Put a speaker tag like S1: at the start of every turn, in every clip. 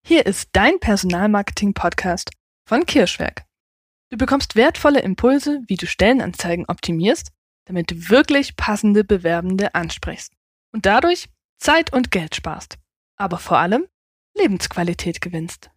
S1: Hier ist dein Personalmarketing-Podcast von Kirschwerk. Du bekommst wertvolle Impulse, wie du Stellenanzeigen optimierst, damit du wirklich passende Bewerbende ansprichst und dadurch Zeit und Geld sparst, aber vor allem Lebensqualität gewinnst.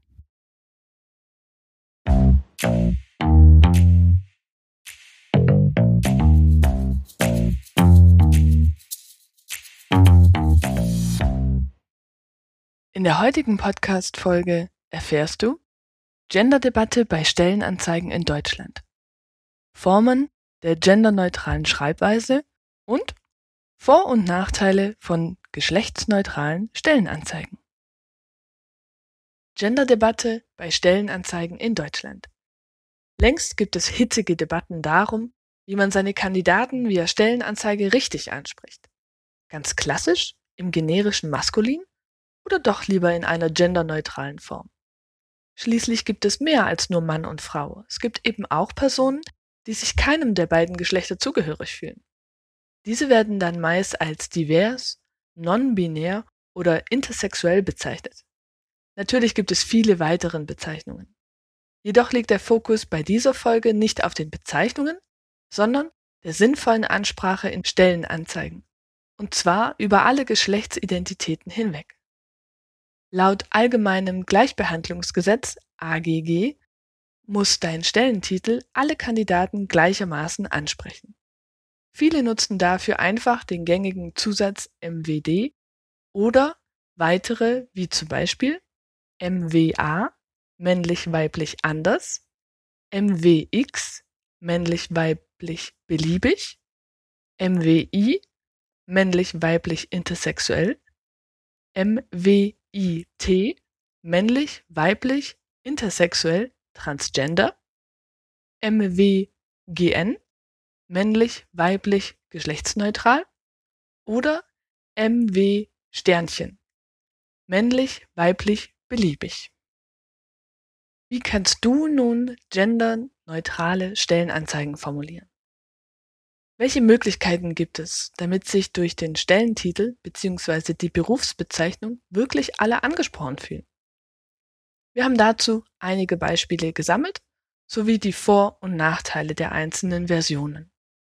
S1: In der heutigen Podcast-Folge erfährst du Genderdebatte bei Stellenanzeigen in Deutschland, Formen der genderneutralen Schreibweise und Vor- und Nachteile von geschlechtsneutralen Stellenanzeigen. Genderdebatte bei Stellenanzeigen in Deutschland. Längst gibt es hitzige Debatten darum, wie man seine Kandidaten via Stellenanzeige richtig anspricht. Ganz klassisch, im generischen Maskulin oder doch lieber in einer genderneutralen Form. Schließlich gibt es mehr als nur Mann und Frau. Es gibt eben auch Personen, die sich keinem der beiden Geschlechter zugehörig fühlen. Diese werden dann meist als divers, non-binär oder intersexuell bezeichnet. Natürlich gibt es viele weitere Bezeichnungen. Jedoch liegt der Fokus bei dieser Folge nicht auf den Bezeichnungen, sondern der sinnvollen Ansprache in Stellenanzeigen. Und zwar über alle Geschlechtsidentitäten hinweg. Laut Allgemeinem Gleichbehandlungsgesetz AGG muss dein Stellentitel alle Kandidaten gleichermaßen ansprechen. Viele nutzen dafür einfach den gängigen Zusatz MWD oder weitere wie zum Beispiel MWA, männlich-weiblich anders, MWX, männlich-weiblich beliebig, MWI, männlich-weiblich intersexuell, MWIT, männlich, weiblich, intersexuell, transgender, MWGN, männlich, weiblich, geschlechtsneutral oder MW Sternchen, männlich, weiblich, beliebig. Wie kannst du nun genderneutrale Stellenanzeigen formulieren? Welche Möglichkeiten gibt es, damit sich durch den Stellentitel bzw. die Berufsbezeichnung wirklich alle angesprochen fühlen? Wir haben dazu einige Beispiele gesammelt, sowie die Vor- und Nachteile der einzelnen Versionen.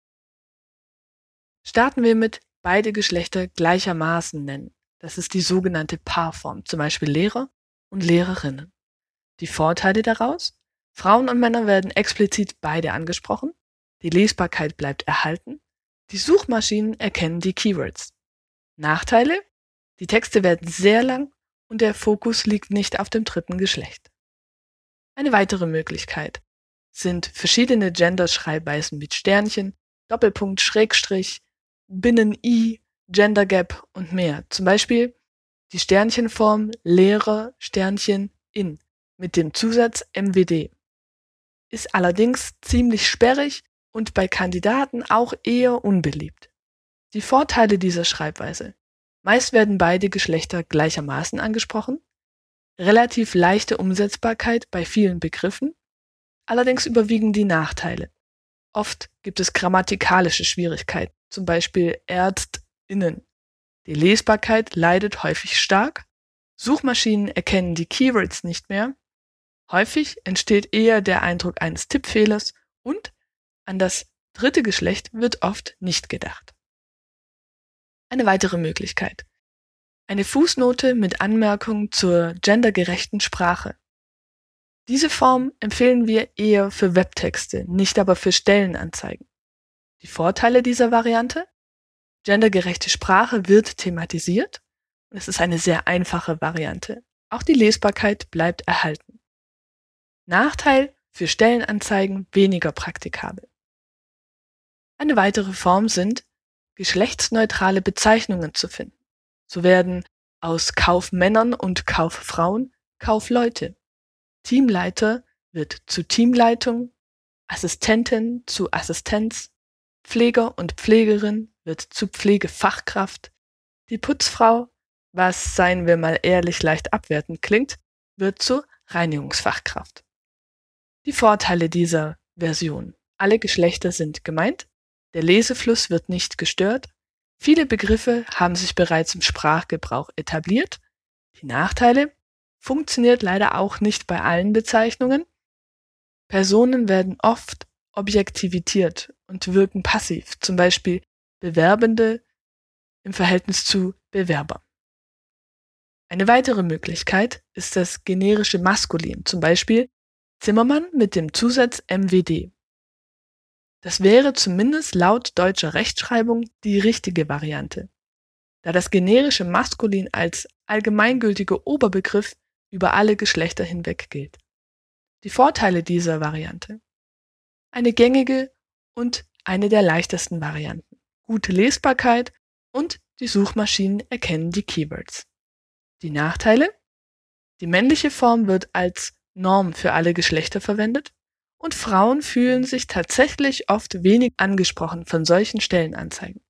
S1: Starten wir mit beide Geschlechter gleichermaßen nennen. Das ist die sogenannte Paarform, zum Beispiel Lehrer und Lehrerinnen. Die Vorteile daraus? Frauen und Männer werden explizit beide angesprochen. Die Lesbarkeit bleibt erhalten. Die Suchmaschinen erkennen die Keywords. Nachteile? Die Texte werden sehr lang und der Fokus liegt nicht auf dem dritten Geschlecht. Eine weitere Möglichkeit sind verschiedene Gender-Schreibweisen mit Sternchen, Doppelpunkt, Schrägstrich, Binnen-I, Gender Gap und mehr. Zum Beispiel die Sternchenform Lehrer Sternchen in mit dem Zusatz MWD. Ist allerdings ziemlich sperrig und bei Kandidaten auch eher unbeliebt. Die Vorteile dieser Schreibweise. Meist werden beide Geschlechter gleichermaßen angesprochen, relativ leichte Umsetzbarkeit bei vielen Begriffen, allerdings überwiegen die Nachteile. Oft gibt es grammatikalische Schwierigkeiten, zum Beispiel ÄrztInnen. Die Lesbarkeit leidet häufig stark, Suchmaschinen erkennen die Keywords nicht mehr, häufig entsteht eher der Eindruck eines Tippfehlers und an das dritte Geschlecht wird oft nicht gedacht. Eine weitere Möglichkeit. Eine Fußnote mit Anmerkung zur gendergerechten Sprache. Diese Form empfehlen wir eher für Webtexte, nicht aber für Stellenanzeigen. Die Vorteile dieser Variante? Gendergerechte Sprache wird thematisiert und es ist eine sehr einfache Variante. Auch die Lesbarkeit bleibt erhalten. Nachteil für Stellenanzeigen weniger praktikabel. Eine weitere Form sind geschlechtsneutrale Bezeichnungen zu finden. So werden aus Kaufmännern und Kauffrauen Kaufleute. Teamleiter wird zu Teamleitung, Assistentin zu Assistenz, Pfleger und Pflegerin wird zu Pflegefachkraft, die Putzfrau, was, seien wir mal ehrlich, leicht abwertend klingt, wird zur Reinigungsfachkraft. Die Vorteile dieser Version. Alle Geschlechter sind gemeint, der Lesefluss wird nicht gestört, viele Begriffe haben sich bereits im Sprachgebrauch etabliert. Die Nachteile? funktioniert leider auch nicht bei allen Bezeichnungen. Personen werden oft objektiviert und wirken passiv, zum Beispiel Bewerbende im Verhältnis zu Bewerber. Eine weitere Möglichkeit ist das generische Maskulin, zum Beispiel Zimmermann mit dem Zusatz MWD. Das wäre zumindest laut deutscher Rechtschreibung die richtige Variante, da das generische Maskulin als allgemeingültiger Oberbegriff über alle Geschlechter hinweg gilt. Die Vorteile dieser Variante: eine gängige und eine der leichtesten Varianten, gute Lesbarkeit und die Suchmaschinen erkennen die Keywords. Die Nachteile: die männliche Form wird als Norm für alle Geschlechter verwendet und Frauen fühlen sich tatsächlich oft wenig angesprochen von solchen Stellenanzeigen.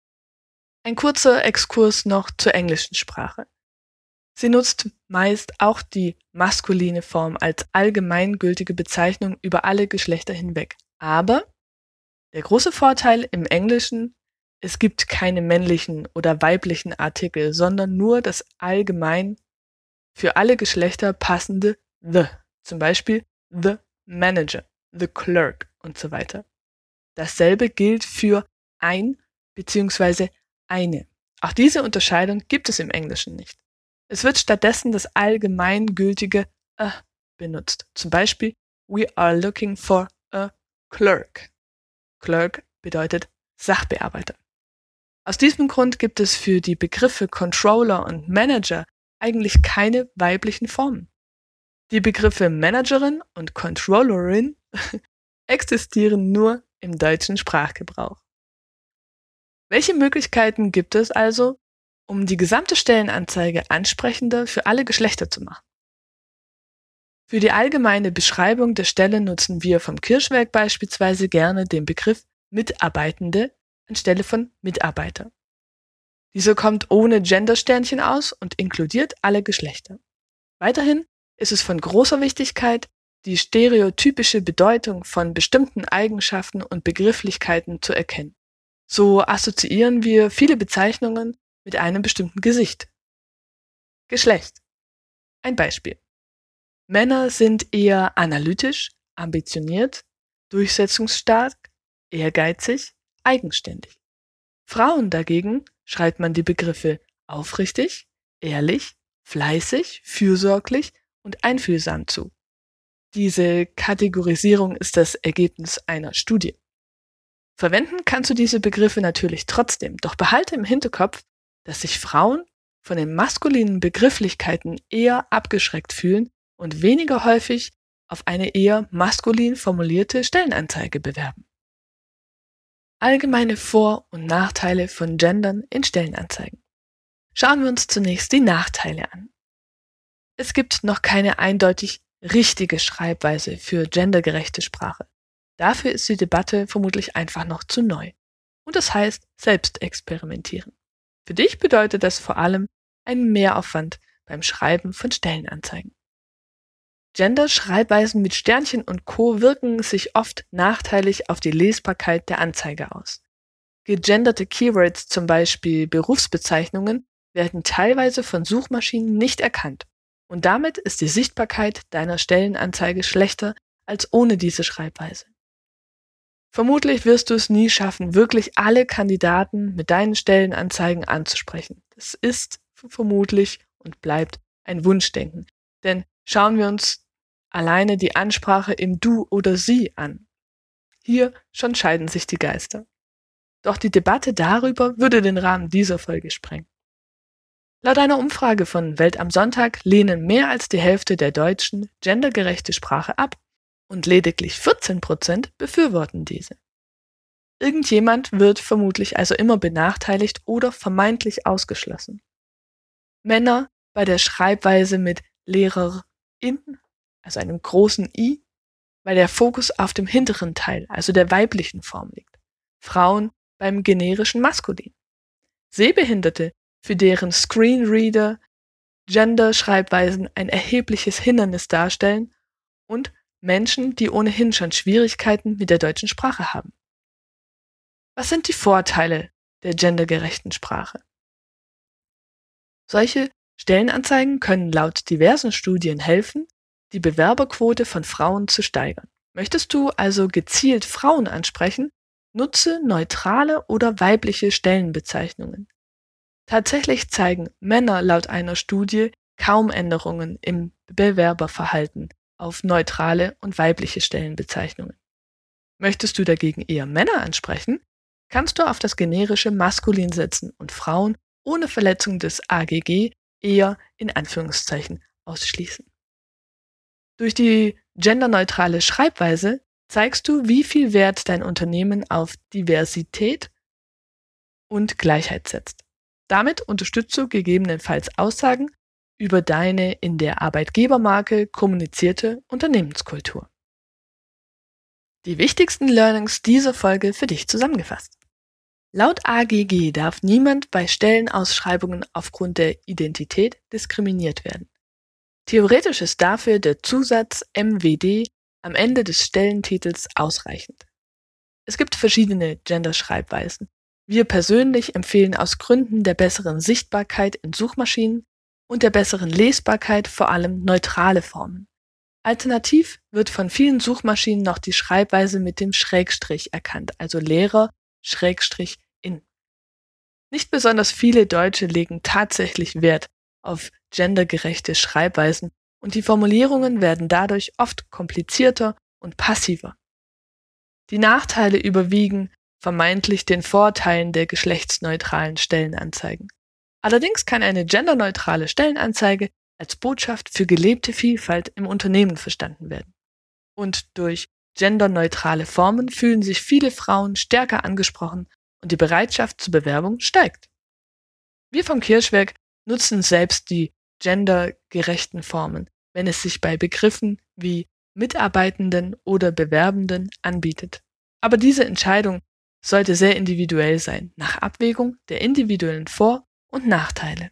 S1: Ein kurzer Exkurs noch zur englischen Sprache. Sie nutzt meist auch die maskuline Form als allgemeingültige Bezeichnung über alle Geschlechter hinweg. Aber der große Vorteil im Englischen: es gibt keine männlichen oder weiblichen Artikel, sondern nur das allgemein für alle Geschlechter passende the, zum Beispiel the manager, the clerk und so weiter. Dasselbe gilt für ein bzw. eine. Auch diese Unterscheidung gibt es im Englischen nicht. Es wird stattdessen das allgemeingültige a benutzt. Zum Beispiel we are looking for a clerk. Clerk bedeutet Sachbearbeiter. Aus diesem Grund gibt es für die Begriffe Controller und Manager eigentlich keine weiblichen Formen. Die Begriffe Managerin und Controllerin existieren nur im deutschen Sprachgebrauch. Welche Möglichkeiten gibt es also, um die gesamte Stellenanzeige ansprechender für alle Geschlechter zu machen? Für die allgemeine Beschreibung der Stelle nutzen wir vom Kirschwerk beispielsweise gerne den Begriff Mitarbeitende anstelle von Mitarbeiter. Dieser kommt ohne Gendersternchen aus und inkludiert alle Geschlechter. Weiterhin ist es von großer Wichtigkeit, die stereotypische Bedeutung von bestimmten Eigenschaften und Begrifflichkeiten zu erkennen. So assoziieren wir viele Bezeichnungen mit einem bestimmten Gesicht. Geschlecht. Ein Beispiel: Männer sind eher analytisch, ambitioniert, durchsetzungsstark, ehrgeizig, eigenständig. Frauen dagegen schreibt man die Begriffe aufrichtig, ehrlich, fleißig, fürsorglich und einfühlsam zu. Diese Kategorisierung ist das Ergebnis einer Studie. Verwenden kannst du diese Begriffe natürlich trotzdem, doch behalte im Hinterkopf, dass sich Frauen von den maskulinen Begrifflichkeiten eher abgeschreckt fühlen und weniger häufig auf eine eher maskulin formulierte Stellenanzeige bewerben. Allgemeine Vor- und Nachteile von Gendern in Stellenanzeigen. Schauen wir uns zunächst die Nachteile an. Es gibt noch keine eindeutig richtige Schreibweise für gendergerechte Sprache. Dafür ist die Debatte vermutlich einfach noch zu neu. Und das heißt, selbst experimentieren. Für dich bedeutet das vor allem einen Mehraufwand beim Schreiben von Stellenanzeigen. Gender-Schreibweisen mit Sternchen und Co. wirken sich oft nachteilig auf die Lesbarkeit der Anzeige aus. Gegenderte Keywords, zum Beispiel Berufsbezeichnungen, werden teilweise von Suchmaschinen nicht erkannt. Und damit ist die Sichtbarkeit deiner Stellenanzeige schlechter als ohne diese Schreibweise. Vermutlich wirst du es nie schaffen, wirklich alle Kandidaten mit deinen Stellenanzeigen anzusprechen. Das ist vermutlich und bleibt ein Wunschdenken. Denn schauen wir uns alleine die Ansprache im Du oder Sie an. Hier schon scheiden sich die Geister. Doch die Debatte darüber würde den Rahmen dieser Folge sprengen. Laut einer Umfrage von Welt am Sonntag lehnen mehr als die Hälfte der Deutschen gendergerechte Sprache ab und lediglich 14% befürworten diese. Irgendjemand wird vermutlich also immer benachteiligt oder vermeintlich ausgeschlossen. Männer bei der Schreibweise mit Lehrerin, also einem großen I, weil der Fokus auf dem hinteren Teil, also der weiblichen Form liegt. Frauen beim generischen Maskulin. Sehbehinderte, für deren Screenreader Gender-Schreibweisen ein erhebliches Hindernis darstellen, und Menschen, die ohnehin schon Schwierigkeiten mit der deutschen Sprache haben. Was sind die Vorteile der gendergerechten Sprache? Solche Stellenanzeigen können laut diversen Studien helfen, die Bewerberquote von Frauen zu steigern. Möchtest du also gezielt Frauen ansprechen? Nutze neutrale oder weibliche Stellenbezeichnungen. Tatsächlich zeigen Männer laut einer Studie kaum Änderungen im Bewerberverhalten auf neutrale und weibliche Stellenbezeichnungen. Möchtest du dagegen eher Männer ansprechen, kannst du auf das generische Maskulin setzen und Frauen ohne Verletzung des AGG eher in Anführungszeichen ausschließen. Durch die genderneutrale Schreibweise zeigst du, wie viel Wert dein Unternehmen auf Diversität und Gleichheit setzt. Damit unterstützt du gegebenenfalls Aussagen über deine in der Arbeitgebermarke kommunizierte Unternehmenskultur. Die wichtigsten Learnings dieser Folge für dich zusammengefasst. Laut AGG darf niemand bei Stellenausschreibungen aufgrund der Identität diskriminiert werden. Theoretisch ist dafür der Zusatz MWD am Ende des Stellentitels ausreichend. Es gibt verschiedene Genderschreibweisen. Wir persönlich empfehlen aus Gründen der besseren Sichtbarkeit in Suchmaschinen und der besseren Lesbarkeit vor allem neutrale Formen. Alternativ wird von vielen Suchmaschinen noch die Schreibweise mit dem Schrägstrich erkannt, also Lehrer /in. Nicht besonders viele Deutsche legen tatsächlich Wert auf gendergerechte Schreibweisen und die Formulierungen werden dadurch oft komplizierter und passiver. Die Nachteile überwiegen vermeintlich den Vorteilen der geschlechtsneutralen Stellenanzeigen. Allerdings kann eine genderneutrale Stellenanzeige als Botschaft für gelebte Vielfalt im Unternehmen verstanden werden. Und durch genderneutrale Formen fühlen sich viele Frauen stärker angesprochen und die Bereitschaft zur Bewerbung steigt. Wir vom Kirschwerk nutzen selbst die gendergerechten Formen, wenn es sich bei Begriffen wie Mitarbeitenden oder Bewerbenden anbietet. Aber diese Entscheidung sollte sehr individuell sein, nach Abwägung der individuellen Vor- und Nachteile.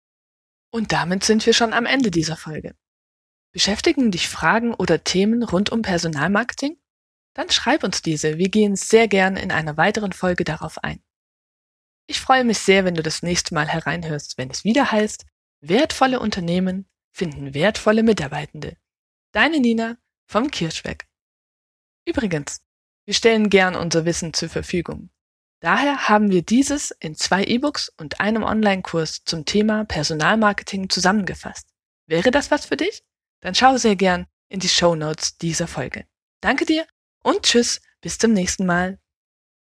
S1: Und damit sind wir schon am Ende dieser Folge. Beschäftigen dich Fragen oder Themen rund um Personalmarketing? Dann schreib uns diese, wir gehen sehr gern in einer weiteren Folge darauf ein. Ich freue mich sehr, wenn du das nächste Mal hereinhörst, wenn es wieder heißt, wertvolle Unternehmen finden wertvolle Mitarbeitende. Deine Nina vom Kirschwerk. Übrigens, wir stellen gern unser Wissen zur Verfügung. Daher haben wir dieses in 2 E-Books und einem Online-Kurs zum Thema Personalmarketing zusammengefasst. Wäre das was für dich? Dann schau sehr gern in die Shownotes dieser Folge. Danke dir und tschüss, bis zum nächsten Mal.